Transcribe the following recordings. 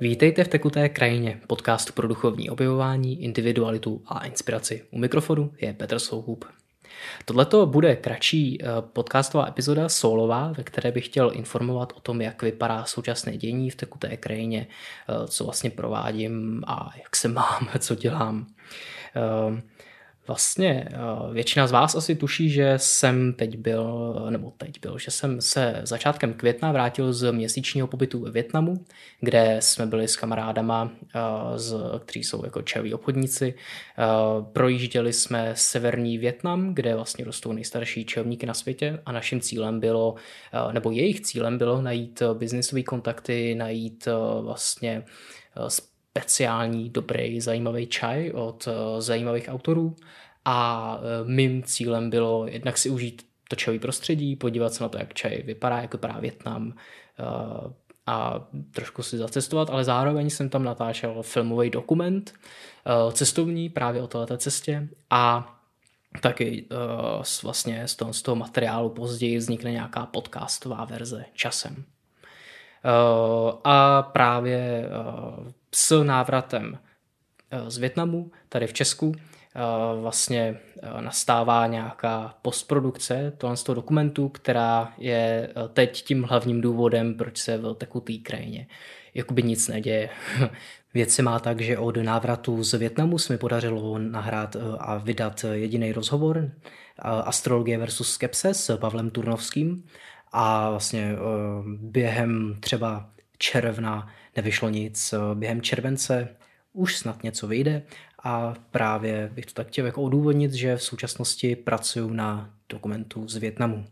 Vítejte v Tekuté krajině, podcastu pro duchovní objevování, individualitu a inspiraci. U mikrofonu je Petr Soukup. Tohleto bude kratší podcastová epizoda solová, ve které bych chtěl informovat o tom, jak vypadá současné dění v Tekuté krajině, co vlastně provádím a jak se mám, co dělám. Vlastně většina z vás asi tuší, že jsem že jsem se začátkem května vrátil z měsíčního pobytu ve Vietnamu, kde jsme byli s kamarádama, kteří jsou jako čajoví obchodníci. Projížděli jsme severní Vietnam, kde vlastně rostou nejstarší čajovníky na světě a naším cílem bylo, nebo jejich cílem bylo najít biznisové kontakty, najít vlastně speciální, dobrý, zajímavý čaj od zajímavých autorů a mým cílem bylo jednak si užít to čajové prostředí, podívat se na to, jak čaj vypadá, jak vypadá Vietnam a trošku si zacestovat, ale zároveň jsem tam natáčel filmový dokument cestovní právě o této cestě a taky vlastně z toho materiálu později vznikne nějaká podcastová verze časem. A právě s návratem z Vietnamu tady v Česku vlastně nastává nějaká postprodukce z toho dokumentu, která je teď tím hlavním důvodem, proč se v Tekutý krajině jakoby nic neděje. Věc se má tak, že od návratu z Vietnamu se mi podařilo nahrát a vydat jediný rozhovor Astrologie versus skepse s Pavlem Turnovským a vlastně během třeba června nevyšlo nic, během července už snad něco vyjde a právě bych to tak chtěl jako odůvodnit, že v současnosti pracuji na dokumentu z Vietnamu.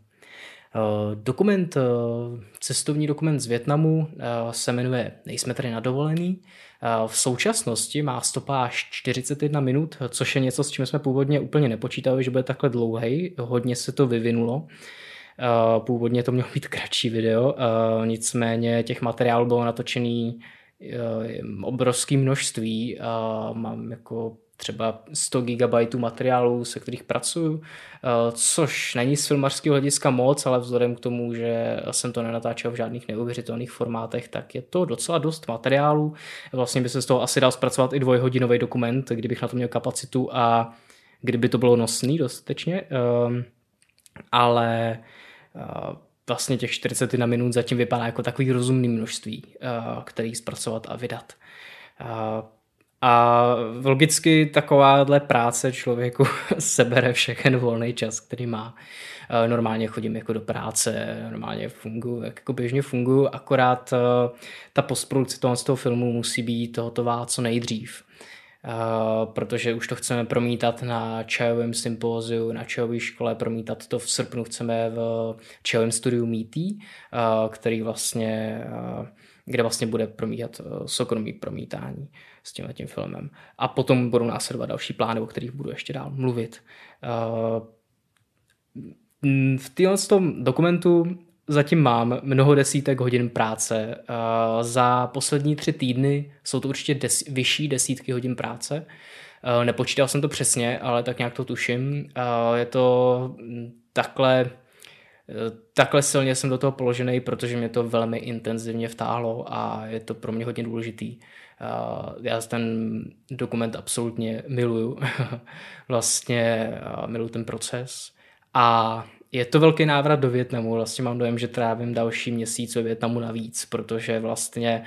Cestovní dokument z Vietnamu se jmenuje Nejsme tady na dovolený. V současnosti má stopáž 41 minut, což je něco, s čím jsme původně úplně nepočítali, že bude takhle dlouhý. Hodně se to vyvinulo. Původně to mělo být kratší video, nicméně těch materiálů bylo natočený obrovské množství. Mám jako třeba 100 GB materiálů, se kterých pracuju, což není z filmařského hlediska moc, ale vzhledem k tomu, že jsem to nenatáčel v žádných neuvěřitelných formátech, tak je to docela dost materiálů. Vlastně by se z toho asi dal zpracovat i 2hodinový dokument, kdybych na to měl kapacitu a kdyby to bylo nosný dostatečně. Ale vlastně těch 41 minut zatím vypadá jako takový rozumný množství, který zpracovat a vydat. A logicky takováhle práce člověku sebere všechen volný čas, který má. Normálně chodím jako do práce, normálně funguji, jako běžně funguji, akorát ta postprodukce toho filmu musí být hotová co nejdřív. Protože už to chceme promítat na čajovém sympóziu, na čajové škole, promítat to v srpnu chceme v čajovém studiu Meaty, kde vlastně bude promítat soukromý promítání s tím filmem. A potom budou následovat další plány, o kterých budu ještě dál mluvit. V tom dokumentu zatím mám mnoho desítek hodin práce. Za poslední 3 týdny jsou to určitě vyšší desítky hodin práce. Nepočítal jsem to přesně, ale tak nějak to tuším. Je to takhle silně jsem do toho položený, protože mě to velmi intenzivně vtáhlo a je to pro mě hodně důležitý. Já ten dokument absolutně miluju. Vlastně miluju ten proces a je to velký návrat do Vietnamu. Vlastně mám dojem, že trávím další měsíc ve Vietnamu navíc, protože vlastně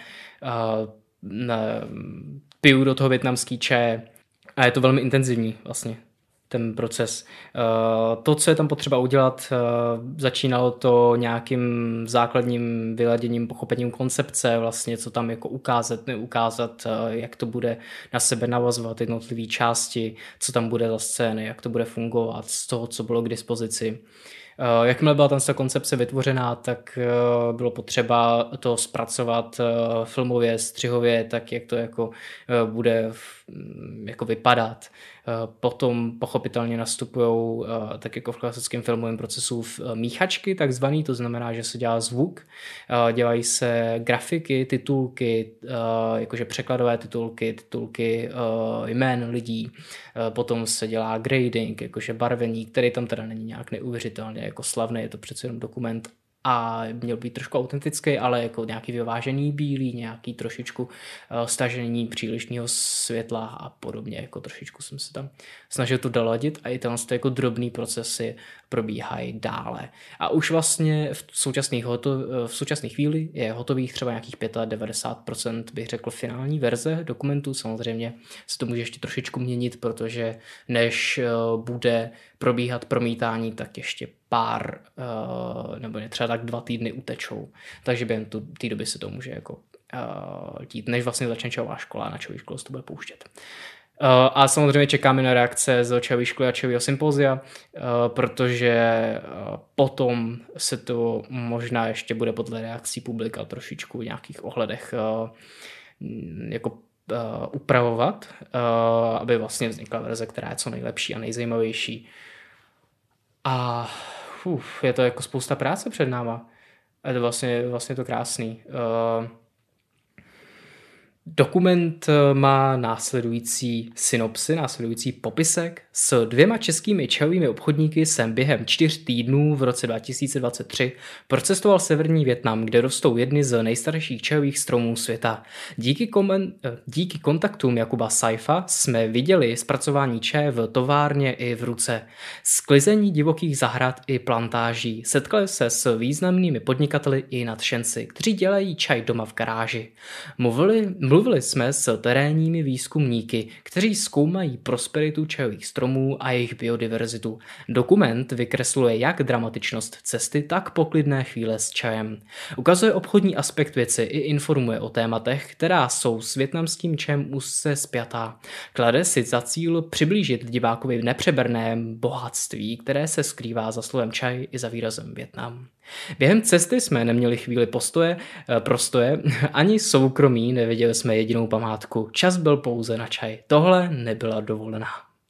piju do toho vietnamský čaje a je to velmi intenzivní vlastně ten proces. To, co je tam potřeba udělat, začínalo to nějakým základním vyladěním, pochopením koncepce, vlastně co tam jako ukázat, neukázat, jak to bude na sebe navazovat jednotlivé části, co tam bude za scény, jak to bude fungovat z toho, co bylo k dispozici. Jakmile byla ta koncepce vytvořená, tak bylo potřeba to zpracovat filmově, střihově, tak jak to jako bude jako vypadat. Potom pochopitelně nastupují tak jako v klasickém filmovém procesu míchačky takzvaný, to znamená, že se dělá zvuk, dělají se grafiky, titulky, jakože překladové titulky jmén lidí, potom se dělá grading, jakože barvení, který tam teda není nějak neuvěřitelně jako slavný, je to přece jenom dokument a měl být trošku autentický, ale jako nějaký vyvážený bílý, nějaký trošičku stažení přílišného světla a podobně, jako trošičku jsem se tam snažil to doladit a i tam jako drobný procesy probíhají dále. A už vlastně v současné chvíli je hotových třeba nějakých 95%, bych řekl, finální verze dokumentu. Samozřejmě se to může ještě trošičku měnit, protože než bude probíhat promítání, tak ještě pár, nebo třeba tak 2 týdny utečou. Takže během té doby se to může jako dít, než vlastně začne čajová škola, na čajový školu se to bude pouštět. A samozřejmě čekáme na reakce z čajové školy a čajového sympozia, protože potom se to možná ještě bude podle reakcí publika trošičku v nějakých ohledech jako upravovat, aby vlastně vznikla verze, která je co nejlepší a nejzajímavější. A je to jako spousta práce před náma. Je to vlastně to krásný. Dokument má následující synopsy, následující popisek. S 2 českými čajovými obchodníky jsem během 4 týdnů v roce 2023 procestoval severní Vietnam, kde rostou jedny z nejstarších čajových stromů světa. Díky kontaktům Jakuba Saifa jsme viděli zpracování čaje v továrně i v ruce. Sklizení divokých zahrad i plantáží. Setkali se s významnými podnikateli i nadšenci, kteří dělají čaj doma v garáži. Mluvili jsme s terénními výzkumníky, kteří zkoumají prosperitu čajových stromů a jejich biodiverzitu. Dokument vykresluje jak dramatičnost cesty, tak poklidné chvíle s čajem. Ukazuje obchodní aspekt věci i informuje o tématech, která jsou s vietnamským čajem úzce spjatá. Klade si za cíl přiblížit divákovi nepřeberné bohatství, které se skrývá za slovem čaj i za výrazem Vietnam. Během cesty jsme neměli chvíli prostoje, ani soukromí, neviděli jsme jedinou památku. Čas byl pouze na čaj. Tohle nebyla dovolená.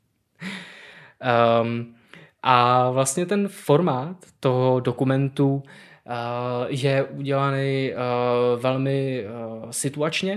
A vlastně ten formát toho dokumentu je udělaný velmi situačně.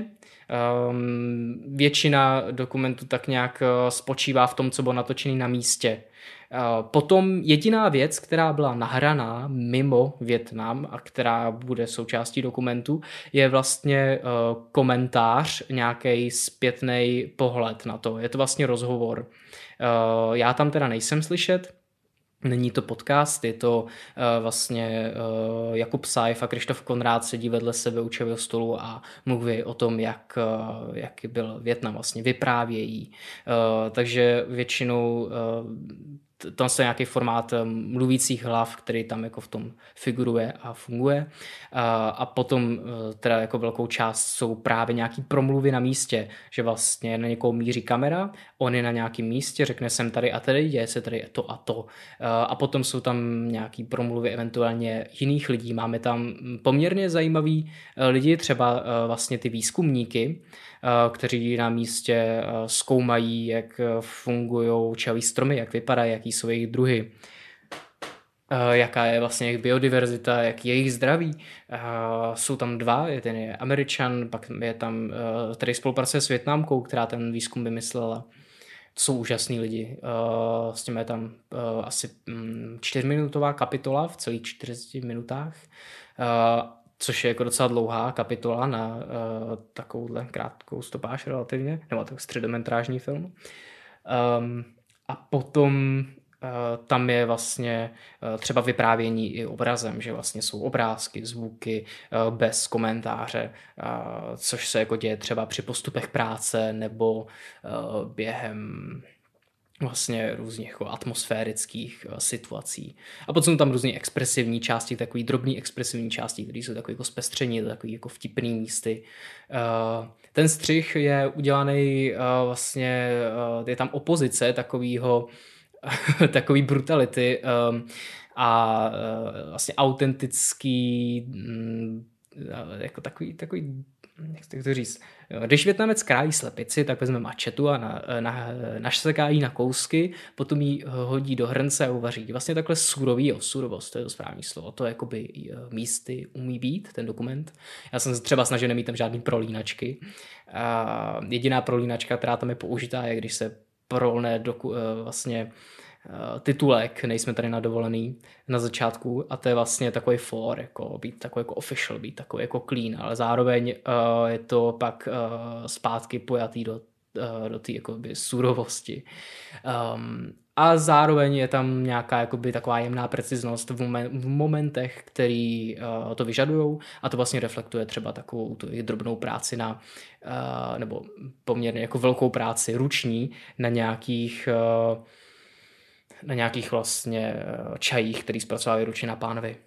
Většina dokumentů tak nějak spočívá v tom, co bylo natočený na místě. Potom jediná věc, která byla nahraná mimo Vietnam a která bude součástí dokumentu, je vlastně komentář, nějaký zpětný pohled na to. Je to vlastně rozhovor. Já tam teda nejsem slyšet, není to podcast, je to vlastně Jakub Saif a Krištof Konrád sedí vedle sebe u čajového stolu a mluví o tom, jak byl Vietnam, vlastně vyprávějí. Takže většinou tam je nějaký formát mluvících hlav, který tam jako v tom figuruje a funguje. A potom teda jako velkou část jsou právě nějaký promluvy na místě, že vlastně na někoho míří kamera, on je na nějakém místě, řekne jsem tady a tady, děje se tady to a to. A potom jsou tam nějaký promluvy eventuálně jiných lidí. Máme tam poměrně zajímavý lidi, třeba vlastně ty výzkumníky, kteří na místě zkoumají, jak fungují čajové stromy, jak vypadají, jaký jsou jejich druhy, jaká je vlastně jejich biodiverzita, jak je jejich zdraví. Jsou tam 2, ten je Američan, pak je tam, který spolupracuje s Vietnamkou, která ten výzkum vymyslela. To jsou úžasný lidi. S tím je tam asi 4minutová kapitola v celých 40 minutách, což je jako docela dlouhá kapitola na takovouhle krátkou stopáž relativně, nebo tak středometrážní film. A potom tam je vlastně třeba vyprávění i obrazem, že vlastně jsou obrázky, zvuky bez komentáře, což se jako děje třeba při postupech práce nebo během vlastně různých jako atmosférických situací. A potom jsou tam různé expresivní části, takový drobný expresivní části, které jsou takový jako zpestření, takový jako vtipný místy. Ten střih je udělaný vlastně, je tam opozice takový brutality a vlastně autentický jako takový jak to říct. Když Vietnamec krájí slepici, tak vezme mačetu a našseká jí na kousky, potom ji hodí do hrnce a uvaří. Vlastně takhle surovost, to je to správné slovo. To jakoby místy umí být, ten dokument. Já jsem se třeba snažil nemít tam žádný prolínačky. Jediná prolínačka, která tam je použitá, je když se prolne vlastně titulek, nejsme tady na dovolený na začátku a to je vlastně takový for, jako být takový jako official, být takový jako clean, ale zároveň je to pak zpátky pojatý do té jakoby surovosti. A zároveň je tam nějaká jakoby taková jemná preciznost v momentech, který to vyžadujou a to vlastně reflektuje třeba takovou tu drobnou práci nebo poměrně jako velkou práci ruční na nějakých vlastně čajích, který zpracovávají ručně na pánvi.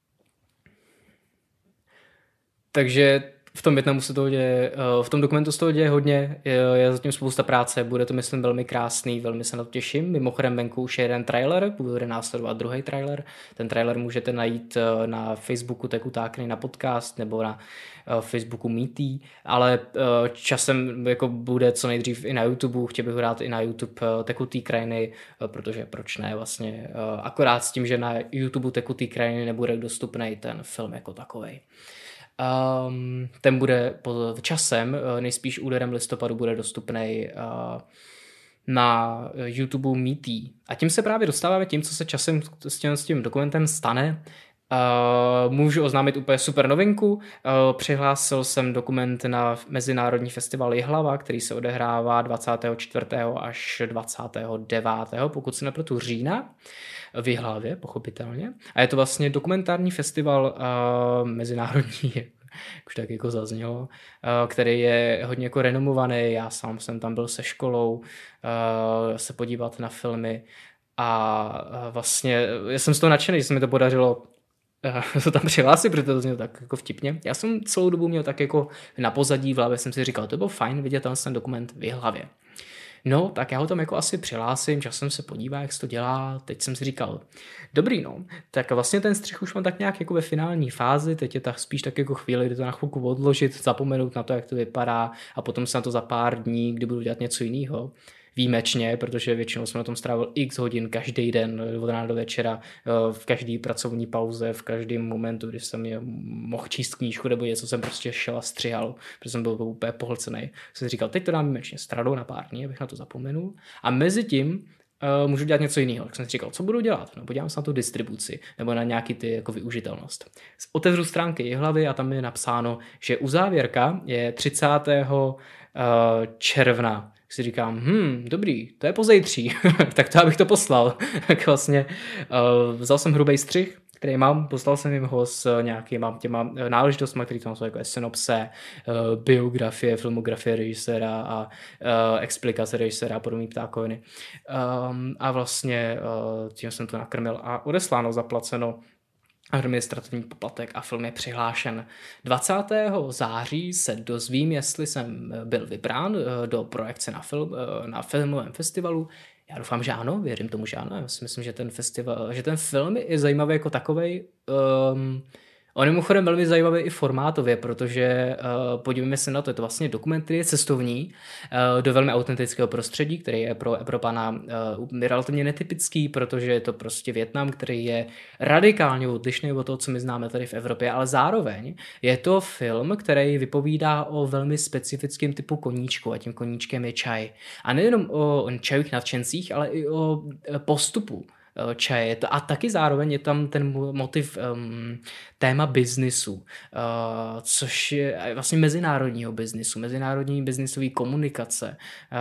Takže v tom Vietnamu se toho děje, v tom dokumentu se toho děje hodně, je zatím spousta práce, bude to myslím velmi krásný, velmi se na to těším. Mimochodem venku už je jeden trailer, bude následovat druhý trailer. Ten trailer můžete najít na Facebooku Tekutákny na podcast nebo na Facebooku Meety, ale časem jako bude co nejdřív i na YouTube, chtěl bych ho dát i na YouTube Tekutý krajiny, protože proč ne vlastně, akorát s tím, že na YouTube Tekutý krajiny nebude dostupný ten film jako takovej. Ten bude časem, nejspíš úderem listopadu bude dostupný na YouTube Meety. A tím se právě dostáváme tím, co se časem s tím dokumentem stane. Můžu oznámit úplně super novinku. Přihlásil jsem dokument na Mezinárodní festival Jihlava, který se odehrává 24. až 29. pokud se nepletu října v Jihlavě, pochopitelně. A je to vlastně dokumentární festival mezinárodní, už tak jako zaznělo, který je hodně jako renomovaný. Já sám jsem tam byl se školou se podívat na filmy a vlastně já jsem z toho nadšený, že se mi to podařilo to tam přihlásit, protože to znělo tak jako vtipně. Já jsem celou dobu měl tak jako na pozadí v hlavě, jsem si říkal, to bylo fajn vidět ten dokument v Jihlavě. No, tak já ho tam jako asi přihlásím, časem se podívá, jak se to dělá, teď jsem si říkal, dobrý no, tak vlastně ten střih už mám tak nějak jako ve finální fázi, teď je tak spíš tak jako chvíli, kdy to na chvilku odložit, zapomenout na to, jak to vypadá a potom se na to za pár dní, kdy budu dělat něco jiného, výjimečně, protože většinou jsem na tom strávil x hodin každý den od rána do večera, v každé pracovní pauze, v každém momentu, kdy jsem mohl číst knížku nebo něco, jsem prostě šel a střihal, protože jsem byl úplně pohlcený. Jsem si říkal, teď to dám výjimečně stranou na pár dní, abych na to zapomenul. A mezi tím můžu dělat něco jiného. Tak jsem si říkal, co budu dělat? No, podívám se na tu distribuci nebo na nějaký ty jako využitelnost. Otevřu stránky Jihlavy a tam je napsáno, že uzávěrka je 30. června. Si říkám, dobrý, to je pozejtří, tak to abych to poslal. Tak vlastně vzal jsem hrubý střih, který mám, poslal jsem jim ho s nějakýma těma náležitostmi, které tam jsou jako synopse, biografie, filmografie režiséra a explikace režiséra a podobné ptákoviny. A vlastně tím jsem to nakrmil a odesláno, zaplaceno administrativní poplatek a film je přihlášen. 20. září se dozvím, jestli jsem byl vybrán do projekce na filmovém festivalu. Já doufám, že ano, věřím tomu, že ano. Já si myslím, že ten film je zajímavý jako takovej. On je mimochodem velmi zajímavý i formátově, protože podívejme se na to, je to vlastně dokument, který je cestovní do velmi autentického prostředí, který je pro Evropana relativně netypický, protože je to prostě Vietnam, který je radikálně odlišný od toho, co my známe tady v Evropě, ale zároveň je to film, který vypovídá o velmi specifickém typu koníčku a tím koníčkem je čaj. A nejenom o čajových nadšencích, ale i o postupu čaje. A taky zároveň je tam ten motiv téma biznisu, což je vlastně mezinárodního biznisu, mezinárodní biznisové komunikace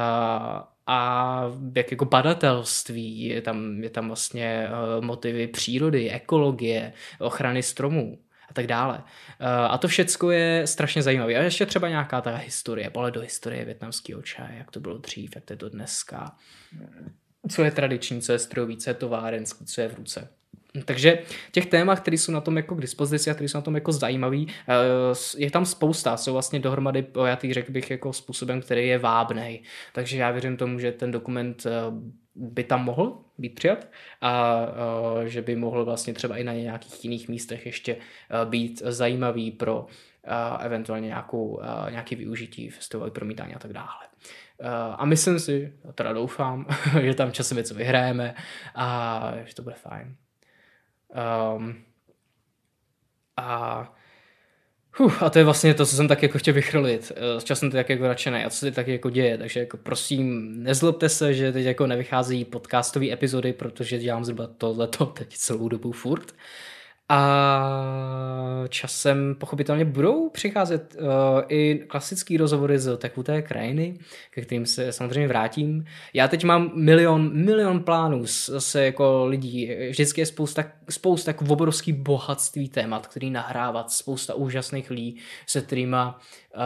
a jak jako badatelství, je tam vlastně motivy přírody, ekologie, ochrany stromů a tak dále. A to všecko je strašně zajímavé. A ještě třeba nějaká ta historie, pohled do historie vietnamského čaje, jak to bylo dřív, jak to je to dneska. Co je tradiční, co je strojový, co je továrenský, co je v ruce. Takže těch témat, které jsou na tom jako k dispozici a které jsou na tom jako zajímavý, je tam spousta, jsou vlastně dohromady pojatý, řekl bych, jako způsobem, který je vábnej. Takže já věřím tomu, že ten dokument by tam mohl být přijat a že by mohl vlastně třeba i na nějakých jiných místech ještě být zajímavý pro eventuálně nějaké využití festivalu, promítání a tak dále. A myslím si, teda doufám, že tam časem něco vyhrajeme a že to bude fajn. A to je vlastně to, co jsem tak jako chtěl vychrlit. S časem to tak jako nadšený a co se tak jako děje, takže jako prosím, nezlobte se, že teď jako nevycházejí podcastové epizody, protože dělám zhruba tohleto teď celou dobu furt. A časem pochopitelně budou přicházet i klasický rozhovory z tekuté krajiny, ke kterým se samozřejmě vrátím. Já teď mám milion plánů zase jako lidí. Vždycky je spousta jako obrovský bohatství témat, který nahrávat, spousta úžasných lidí, se kterýma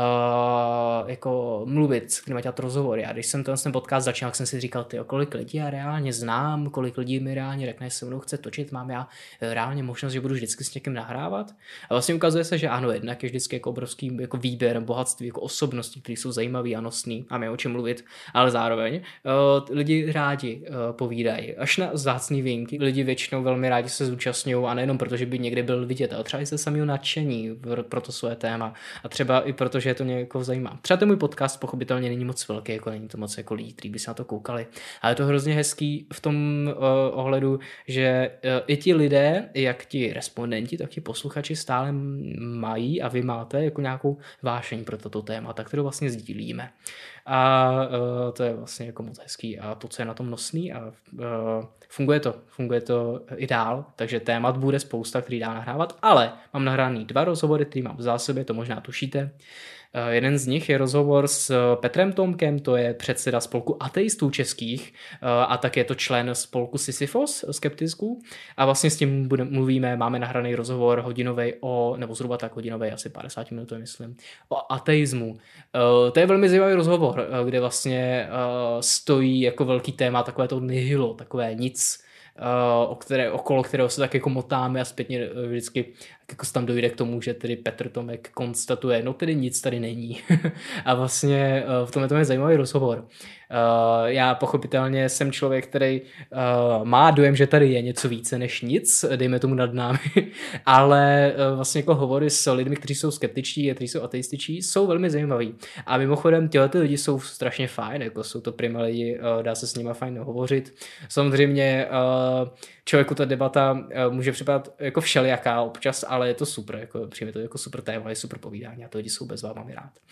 jako mluvit, s kterýma dělat rozhovory. A když jsem ten podcast začal, tak jsem si říkal, kolik lidí já reálně znám, kolik lidí mi reálně řekne, že se mnou chce točit, mám já reálně možnost, že budu vždycky s někým nahrávat. A vlastně ukazuje se, že ano, jednak je vždycky jako obrovský jako výběr, bohatství, jako osobností, které jsou zajímavý a nosný, máme o čem mluvit, ale zároveň lidi rádi povídají. Až na vzácný výjimky, lidi většinou velmi rádi se zúčastňují a nejenom proto, že by někde byl vidět, ale třeba i se samého nadšení pro to své téma a třeba i proto, že je to někoho zajímá. Třeba ten můj podcast pochopitelně není moc velký, jako není to moc jako lidí, kteří by se na to koukali, ale je to hrozně hezký v tom ohledu, že i ti lidé, jak ti respondenti, tak ti posluchači stále mají a vy máte jako nějakou vášeň pro toto témata, kterou vlastně sdílíme. A to je vlastně jako moc hezký a to, co je na tom nosný a funguje to i dál, takže témat bude spousta, který dá nahrávat, ale mám nahraný 2 rozhovory, který mám v zásobě, to možná tušíte. Jeden z nich je rozhovor s Petrem Tomkem, to je předseda spolku ateistů českých a tak je to člen spolku Sisyfos skepticků a vlastně s tím mluvíme, máme nahraný rozhovor hodinovej nebo zhruba tak hodinovej, asi 50 minut, myslím, o ateismu. To je velmi zajímavý rozhovor, kde vlastně stojí jako velký téma takové to nihilo, takové nic, okolo kterého se tak jako motáme a zpětně vždycky jako se tam dojde k tomu, že tedy Petr Tomek konstatuje, no tedy nic tady není. A vlastně v tom je zajímavý rozhovor. Já pochopitelně jsem člověk, který má dojem, že tady je něco více než nic, dejme tomu nad námi, ale vlastně jako hovory s lidmi, kteří jsou skeptičtí a kteří jsou ateističtí, jsou velmi zajímavý. A mimochodem tyhle lidi jsou strašně fajn, jako jsou to prima lidi, dá se s nimi fajn hovořit. Samozřejmě člověku ta debata může připadat jako všelijaká občas, ale je to super, jako přijme to jako super téma, je super povídání a to lidi jsou bez vás, mám je rád.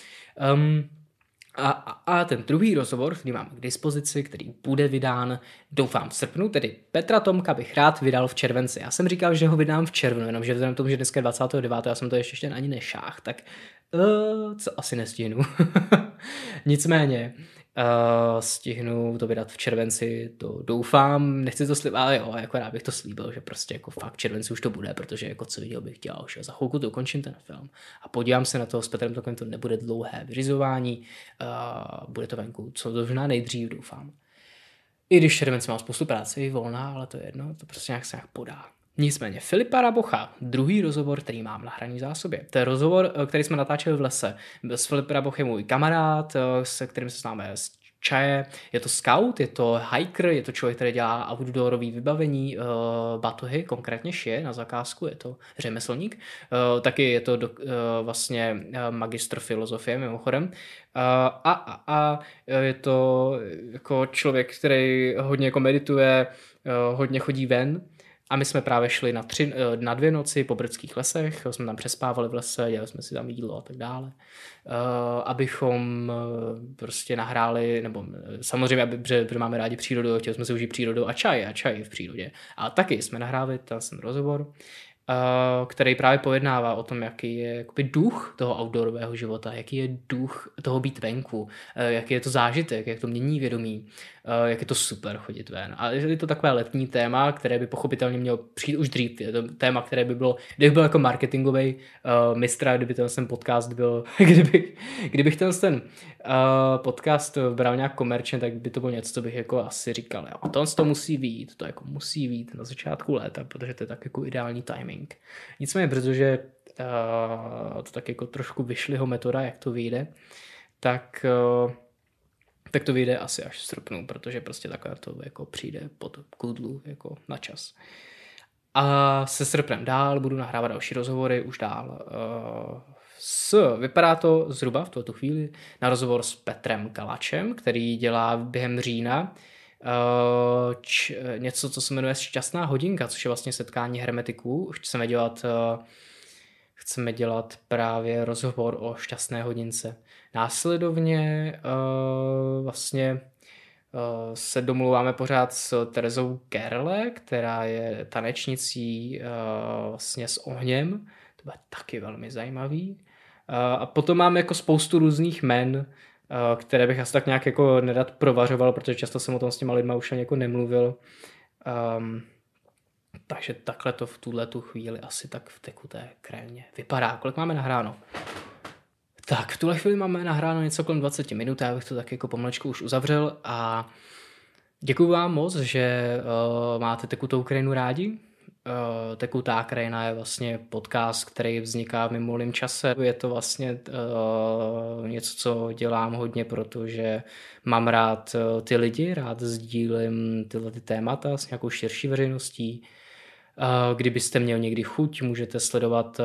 A ten druhý rozhovor, který mám k dispozici, který bude vydán, doufám v srpnu, tedy Petra Tomka bych rád vydal v červenci. Já jsem říkal, že ho vydám v červnu, jenomže vzhledem k tomu, že dneska je 29. já jsem to ještě ani nešáhl, tak co asi nestihnu. Nicméně stihnu to vydat v červenci, to doufám, nechci to slíbit, ale jo, jako rád bych to slíbil, že prostě jako fakt v červenci už to bude, protože jako co viděl bych dělal, že za chvilku to ukončím ten film a podívám se na to s Petrem Tokem, to nebude dlouhé vyřizování, bude to venku, co možná nejdřív, doufám. I když červenci mám spoustu práce, je volná, ale to je jedno, to prostě nějak se podá. Nicméně Filipa Rabocha, druhý rozhovor, který mám na hraní zásobě. To je rozhovor, který jsme natáčeli v lese. S Filip Raboch je můj kamarád, se kterým se známe z čaje. Je to scout, je to hiker, je to člověk, který dělá outdoorový vybavení, batohy, konkrétně šije na zakázku, je to řemeslník. Taky je to vlastně magistr filozofie mimochodem. A je to jako člověk, který hodně jako medituje, hodně chodí ven. A my jsme právě šli na 2 noci po brdských lesech, jsme tam přespávali v lese, dělali jsme si tam jídlo a tak dále, abychom prostě nahráli, nebo samozřejmě, protože máme rádi přírodu, chtěli jsme si užít přírodu a čaj v přírodě. A taky jsme nahráli ten rozhovor, který právě pojednává o tom, jaký je jakoby duch toho outdoorového života, jaký je duch toho být venku, jaký je to zážitek, jak to mění vědomí, jak je to super chodit ven. A je to takové letní téma, které by pochopitelně mělo přijít už dřív. Je to téma, které by bylo, kdybych byl jako marketingový mistr, kdyby ten podcast byl, kdybych ten podcast bral nějak komerčně, tak by to bylo něco, co bych jako asi říkal. Jo. To musí vyjít, to jako musí vyjít na začátku léta, protože to je tak jako ideální timing. Nicméně, protože to tak jako trošku vyšliho metoda, jak to vyjde, tak to vyjde asi až v srpnu, protože prostě takhle to jako přijde pod kudlu jako na čas. A se srpnem dál budu nahrávat další rozhovory, už dál. Vypadá to zhruba v tuto chvíli na rozhovor s Petrem Kalačem, který dělá během října něco, co se jmenuje Šťastná hodinka, což je vlastně setkání hermetiků. Chceme dělat chceme dělat právě rozhovor o šťastné hodince. Následovně vlastně se domluváme pořád s Terezou Gerle, která je tanečnicí vlastně s ohněm. To bude taky velmi zajímavý. A potom máme jako spoustu různých men, které bych asi tak nějak jako nerad provařoval, protože často jsem o tom s těma lidma už ani jako nemluvil. Takže takhle to v tuhletu chvíli asi tak v tekuté krémě vypadá. Kolik máme nahráno? Tak, v tuhle chvíli máme nahráno něco kolem 20 minut, já bych to tak jako pomalečku už uzavřel a děkuju vám moc, že máte Tekutou krajinu rádi. Tekutá krajina je vlastně podcast, který vzniká v mým volném čase. Je to vlastně něco, co dělám hodně, protože mám rád ty lidi, rád sdílím tyhle ty témata s nějakou širší veřejností. Kdybyste měl někdy chuť, můžete sledovat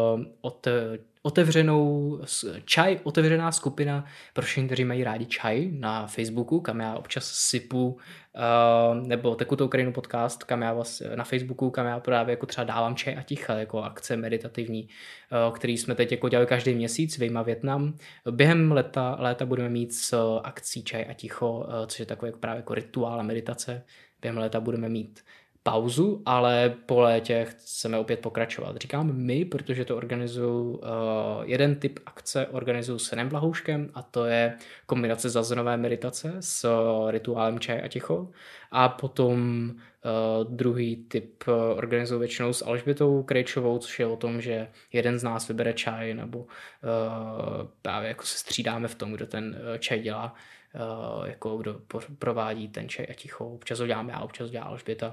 otevřená skupina pro všechny, kteří mají rádi čaj na Facebooku, kam já občas sypu, nebo Tekutou krajinu podcast, kam já na Facebooku, kam já právě jako třeba dávám čaj a ticha, jako akce meditativní, který jsme teď jako dělali každý měsíc, vyjma Vietnam. Během léta budeme mít s akcí čaj a ticho, což je takový jako právě jako rituál a meditace. Během léta budeme mít pauzu, ale po létě chceme opět pokračovat. Říkám my, protože to organizuju, jeden typ akce organizuju s Senem Blahouškem a to je kombinace zazenové meditace s rituálem čaj a ticho. A potom druhý typ organizuju většinou s Alžbětou Krejčovou, což je o tom, že jeden z nás vybere čaj nebo právě jako se střídáme v tom, kdo ten čaj dělá, jako kdo provádí ten čaj a ticho. Občas ho dělám já, občas dělá Alžběta.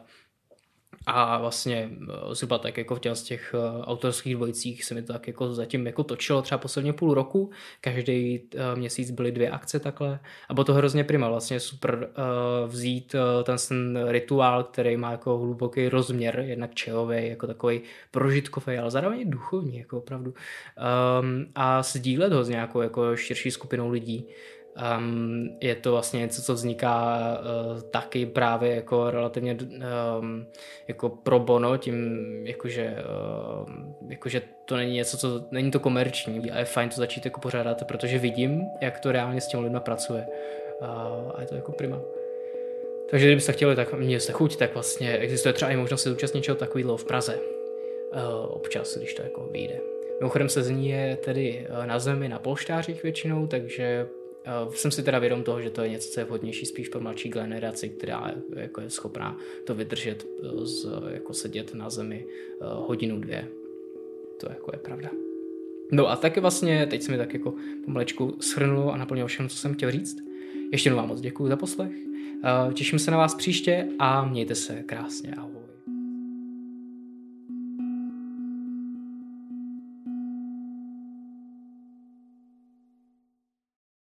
A vlastně zhruba tak jako v těch autorských dvojicích se mi to tak jako zatím jako točilo třeba posledně půl roku. Každý měsíc byly 2 akce takhle. A bylo to hrozně prima, vlastně super vzít ten rituál, který má jako hluboký rozměr, jednak čajový, jako takový prožitkový, ale zároveň duchovní, jako opravdu. A sdílet ho s nějakou jako širší skupinou lidí. Je to vlastně něco, co vzniká taky právě jako relativně jako pro bono, tím jakože to není něco, co není to komerční a je fajn to začít jako pořádat, protože vidím, jak to reálně s těmi lidmi pracuje a je to jako prima. Takže kdybyste chtěli, tak měli jste chuť, tak vlastně existuje třeba i možnost se zúčastnit něčeho takového v Praze občas, když to jako vyjde. Mimochodem sezení je tedy na zemi na polštářích většinou, takže jsem si teda vědom toho, že to je něco, co je vhodnější spíš pro mladší generaci, která jako je schopná to vydržet, jako sedět na zemi 1-2 hodiny. To jako je pravda. No a taky vlastně, teď se mi tak jako pomalečku shrnulo a naplnilo všechno, co jsem chtěl říct. Ještě jednou vám moc děkuju za poslech. Těším se na vás příště a mějte se krásně. Ahoj.